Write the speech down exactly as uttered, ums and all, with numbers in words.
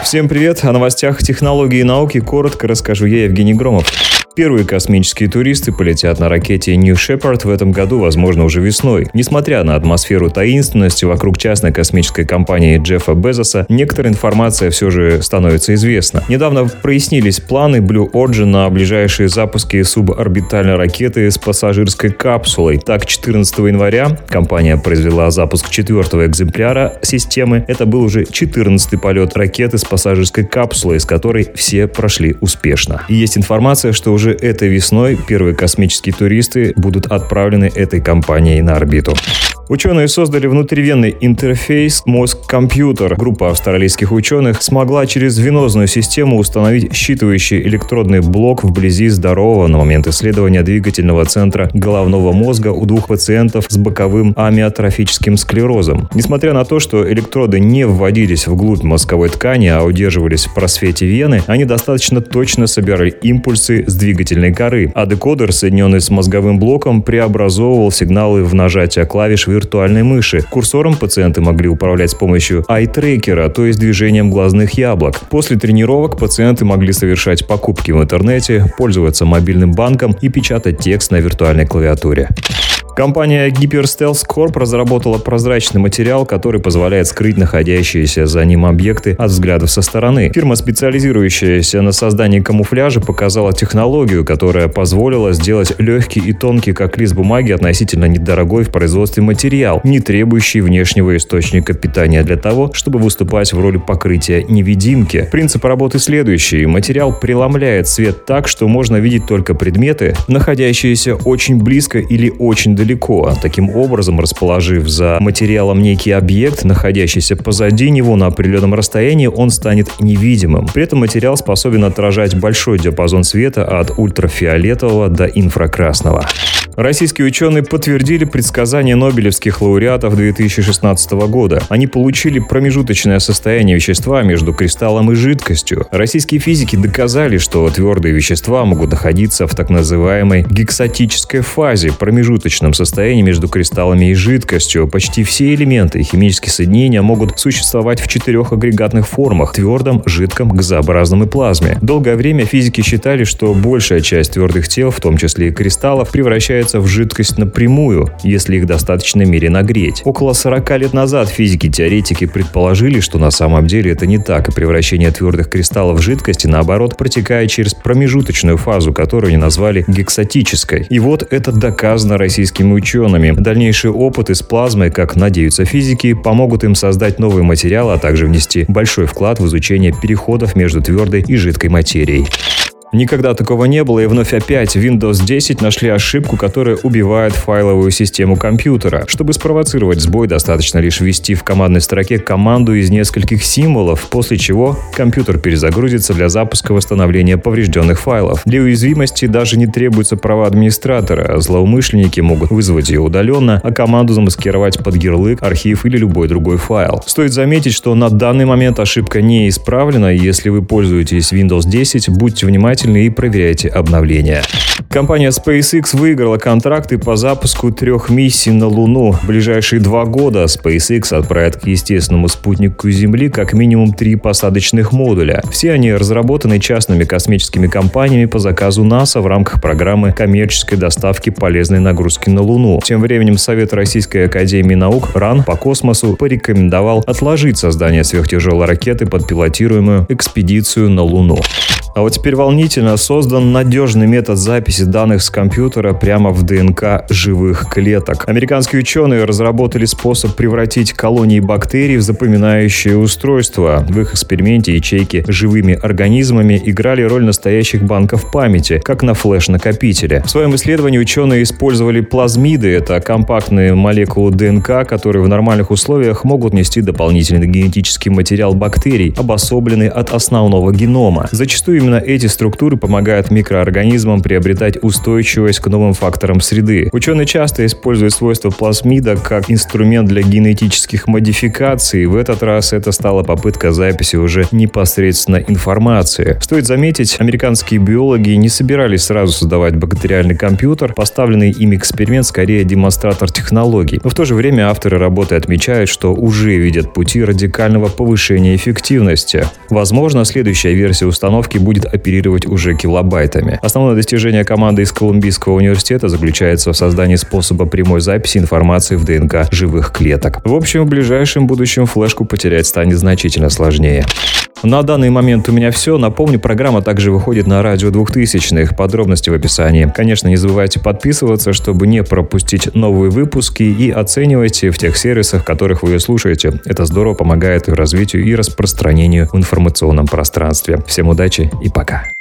Всем привет! О новостях технологий и науки коротко расскажу я, Евгений Громов. Первые космические туристы полетят на ракете New Shepard в этом году, возможно, уже весной. Несмотря на атмосферу таинственности вокруг частной космической компании Джеффа Безоса, некоторая информация все же становится известна. Недавно прояснились планы Blue Origin на ближайшие запуски суборбитальной ракеты с пассажирской капсулой. Так, четырнадцатого января компания произвела запуск четвертого экземпляра системы. Это был уже четырнадцатый полет ракеты с пассажирской капсулой, из которой все прошли успешно. И есть информация, что уже этой весной первые космические туристы будут отправлены этой компанией на орбиту. Ученые создали внутривенный интерфейс мозг-компьютер. Группа австралийских ученых смогла через венозную систему установить считывающий электродный блок вблизи здорового на момент исследования двигательного центра головного мозга у двух пациентов с боковым амиотрофическим склерозом. Несмотря на то, что электроды не вводились вглубь мозговой ткани, а удерживались в просвете вены, они достаточно точно собирали импульсы с двигательной коры, а декодер, соединенный с мозговым блоком, преобразовывал сигналы в нажатие клавиш виртуальной мыши. Курсором пациенты могли управлять с помощью ай-трекера, то есть движением глазных яблок. После тренировок пациенты могли совершать покупки в интернете, пользоваться мобильным банком и печатать текст на виртуальной клавиатуре. Компания Hyperstealth Corp разработала прозрачный материал, который позволяет скрыть находящиеся за ним объекты от взглядов со стороны. Фирма, специализирующаяся на создании камуфляжа, показала технологию, которая позволила сделать легкий и тонкий, как лист бумаги, относительно недорогой в производстве материал, не требующий внешнего источника питания для того, чтобы выступать в роли покрытия невидимки. Принцип работы следующий. Материал преломляет свет так, что можно видеть только предметы, находящиеся очень близко или очень далеко. Далеко. Таким образом, расположив за материалом некий объект, находящийся позади него на определенном расстоянии, он станет невидимым. При этом материал способен отражать большой диапазон света от ультрафиолетового до инфракрасного. Российские ученые подтвердили предсказания нобелевских лауреатов две тысячи шестнадцатого года. Они получили промежуточное состояние вещества между кристаллом и жидкостью. Российские физики доказали, что твердые вещества могут находиться в так называемой гексатической фазе, промежуточном состоянии между кристаллами и жидкостью. Почти все элементы и химические соединения могут существовать в четырех агрегатных формах – твердом, жидком, газообразном и плазме. Долгое время физики считали, что большая часть твердых тел, в том числе и кристаллов, превращается в жидкость напрямую, если их в достаточной мере нагреть. Около сорока лет назад физики-теоретики предположили, что на самом деле это не так, и превращение твердых кристаллов в жидкости, наоборот, протекает через промежуточную фазу, которую они назвали гексатической. И вот это доказано российскими учеными. Дальнейшие опыты с плазмой, как надеются физики, помогут им создать новые материалы, а также внести большой вклад в изучение переходов между твердой и жидкой материей. Никогда такого не было, и вновь опять в Windows десять нашли ошибку, которая убивает файловую систему компьютера. Чтобы спровоцировать сбой, достаточно лишь ввести в командной строке команду из нескольких символов, после чего компьютер перезагрузится для запуска восстановления поврежденных файлов. Для уязвимости даже не требуются права администратора. Злоумышленники могут вызвать ее удаленно, а команду замаскировать под ярлык, архив или любой другой файл. Стоит заметить, что на данный момент ошибка не исправлена, и если вы пользуетесь Windows десять, будьте внимательны и проверяйте обновления. Компания SpaceX выиграла контракты по запуску трех миссий на Луну. В ближайшие два года SpaceX отправит к естественному спутнику Земли как минимум три посадочных модуля. Все они разработаны частными космическими компаниями по заказу НАСА в рамках программы коммерческой доставки полезной нагрузки на Луну. Тем временем Совет Российской Академии Наук РАН по космосу порекомендовал отложить создание сверхтяжелой ракеты под пилотируемую экспедицию на Луну. А вот теперь волнительно, создан надежный метод записи данных с компьютера прямо в ДНК живых клеток. Американские ученые разработали способ превратить колонии бактерий в запоминающее устройство. В их эксперименте ячейки живыми организмами играли роль настоящих банков памяти, как на флеш-накопителе. В своем исследовании ученые использовали плазмиды, это компактные молекулы ДНК, которые в нормальных условиях могут нести дополнительный генетический материал бактерий, обособленный от основного генома. Зачастую именно эти структуры структуры помогают микроорганизмам приобретать устойчивость к новым факторам среды. Ученые часто используют свойства плазмида как инструмент для генетических модификаций. В этот раз это стала попытка записи уже непосредственно информации. Стоит заметить, американские биологи не собирались сразу создавать бактериальный компьютер. Поставленный ими эксперимент скорее демонстратор технологий. Но в то же время авторы работы отмечают, что уже видят пути радикального повышения эффективности. Возможно, следующая версия установки будет оперировать уже килобайтами. Основное достижение команды из Колумбийского университета заключается в создании способа прямой записи информации в ДНК живых клеток. В общем, в ближайшем будущем флешку потерять станет значительно сложнее. На данный момент у меня все. Напомню, программа также выходит на радио двухтысячных. Подробности в описании. Конечно, не забывайте подписываться, чтобы не пропустить новые выпуски, и оценивайте в тех сервисах, в которых вы ее слушаете. Это здорово помогает и развитию, и распространению в информационном пространстве. Всем удачи и пока.